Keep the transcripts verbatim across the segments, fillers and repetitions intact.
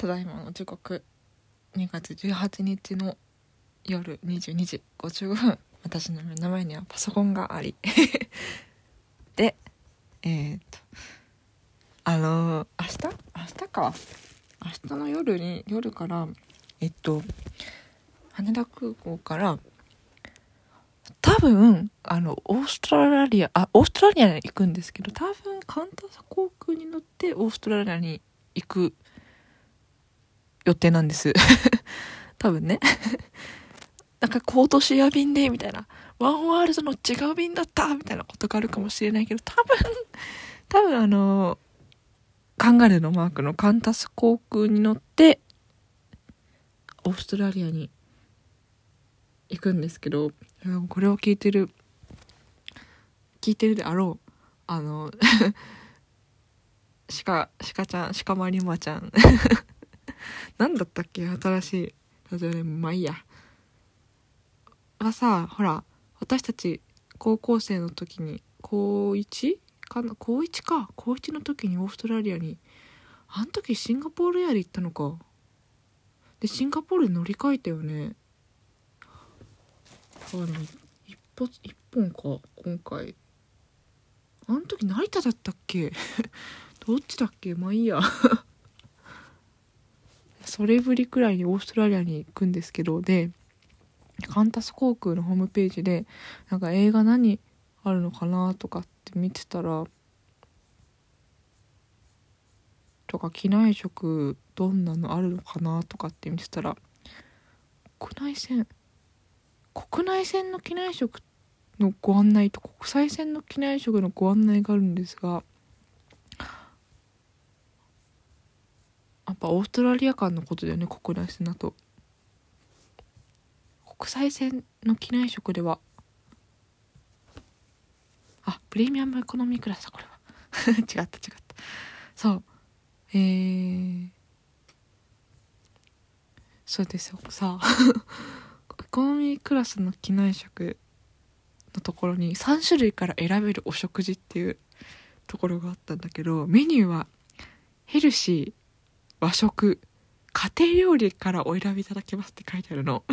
ただいまの時刻にがつじゅうはちにちの夜にじゅうにじごじゅうごふん、私の目の前にはパソコンがありでえー、っとあのー、明日明日か明日の夜に夜からえっと羽田空港から多分あのオーストラリアあオーストラリアに行くんですけど、多分カンタサ航空に乗ってオーストラリアに行く予定なんです多分ねなんかコートシェア便でみたいな、ワンワールドの違う便だったみたいなことがあるかもしれないけど、多分多分あのカンガルーのマークのカンタス航空に乗ってオーストラリアに行くんですけど、これを聞いてる聞いてるであろうあのシカシカちゃんシカマリマちゃんなんだったっけ新しいラジオネーム、まあいいやはさ、ほら私たち高校生の時に高 いち? かな高 いち か高いちの時にオーストラリアにあの時シンガポールエアで行ったのか。でシンガポールに乗り換えたよね。あの一歩一本か今回。あの時成田だったっけどっちだっけ、まあいいやそれぶりくらいにオーストラリアに行くんですけど、でカンタス航空のホームページでなんか映画何あるのかなとかって見てたら、とか機内食どんなのあるのかなとかって見てたら、国内線国内線の機内食のご案内と国際線の機内食のご案内があるんですが、やっぱオーストラリア間のことだよね。国内線だと。国際線の機内食ではあプレミアムエコノミークラスだこれは違った違ったそうえーそうですよさエコノミークラスの機内食のところにさんしゅるいから選べるお食事っていうところがあったんだけど、メニューはヘルシー、和食、家庭料理からお選びいただけますって書いてあるの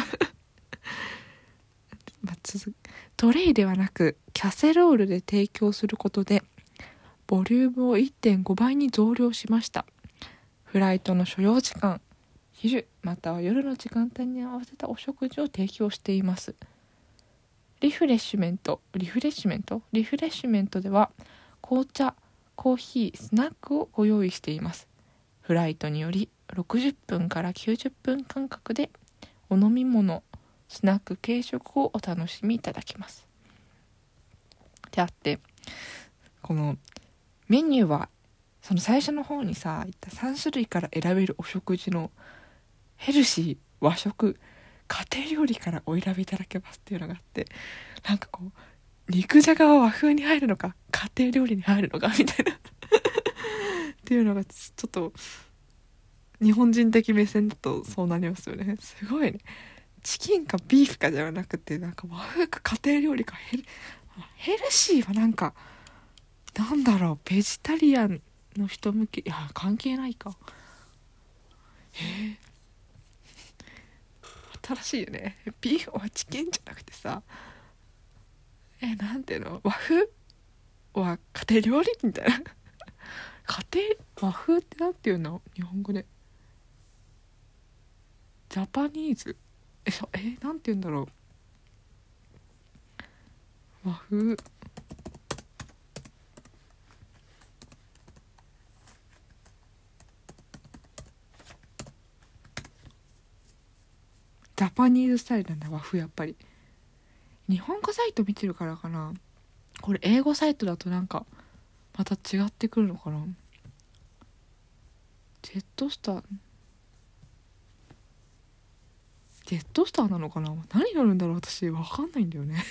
まあ、続トレイではなくキャセロールで提供することでボリュームを いってんご 倍に増量しました。フライトの所要時間、昼または夜の時間帯に合わせたお食事を提供しています。リフレッシュメントリフレッシュメントリフレッシュメントでは紅茶、コーヒー、スナックをご用意しています。フライトによりろくじゅっぷんからきゅうじゅっぷん間隔でお飲み物、スナック、軽食をお楽しみいただけますであって、このメニューはその最初の方にさ言ったさんしゅるいから選べるお食事のヘルシー、和食、家庭料理からお選びいただけますっていうのがあって、なんかこう肉じゃがは和風に入るのか家庭料理に入るのかみたいなっていうのがちょっと日本人的目線だとそうなりますよね。すごいね。チキンかビーフかではなくて、なんか和風か家庭料理かヘル、ヘルシーはなんかなんだろう、ベジタリアンの人向け、いや関係ないか。へえ新しいよね。ビーフはチキンじゃなくてさ、えなんていうの、和風は家庭料理みたいな家庭和風ってなんていうの日本語で。ジャパニーズええなんていうんだろう、和風ジャパニーズスタイルなんだ和風。やっぱり日本語サイト見てるからかな。これ英語サイトだとなんかまた違ってくるのかな。ジェットスタージェットスターなのかな。何乗るんだろう私わかんないんだよね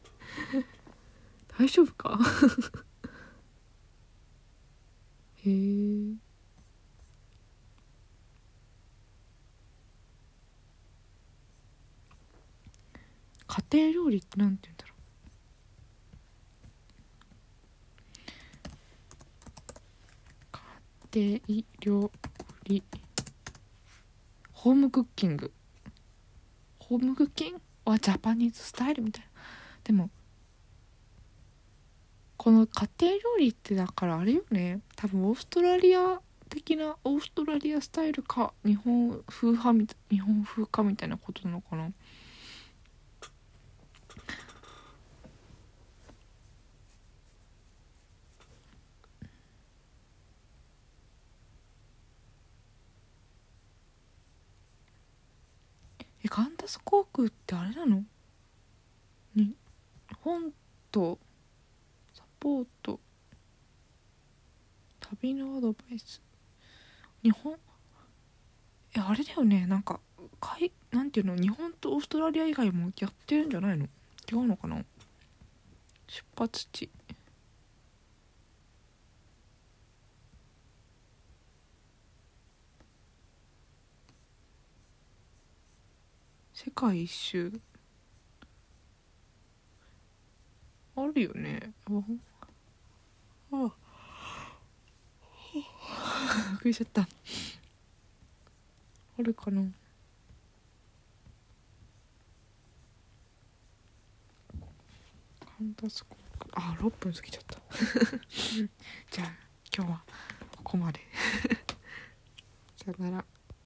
大丈夫かへえ家庭料理ってなんて言うんだろう。家庭料理ホームクッキングホームクッキングはジャパニーズスタイルみたいな。でもこの家庭料理ってだからあれよね、多分オーストラリア的なオーストラリアスタイルか日本風派みたい日本風かみたいなことなのかな。えカンタス航空ってあれなの、日本とサポート旅のアドバイス日本えあれだよね、なんかかいなんていうの、日本とオーストラリア以外もやってるんじゃないの、違うのかな。出発地世界一周あるよね。ああびっくりしちゃった。あるかな。カンタスコあろっぷん過ぎちゃったじゃあ今日はここまでさよなら。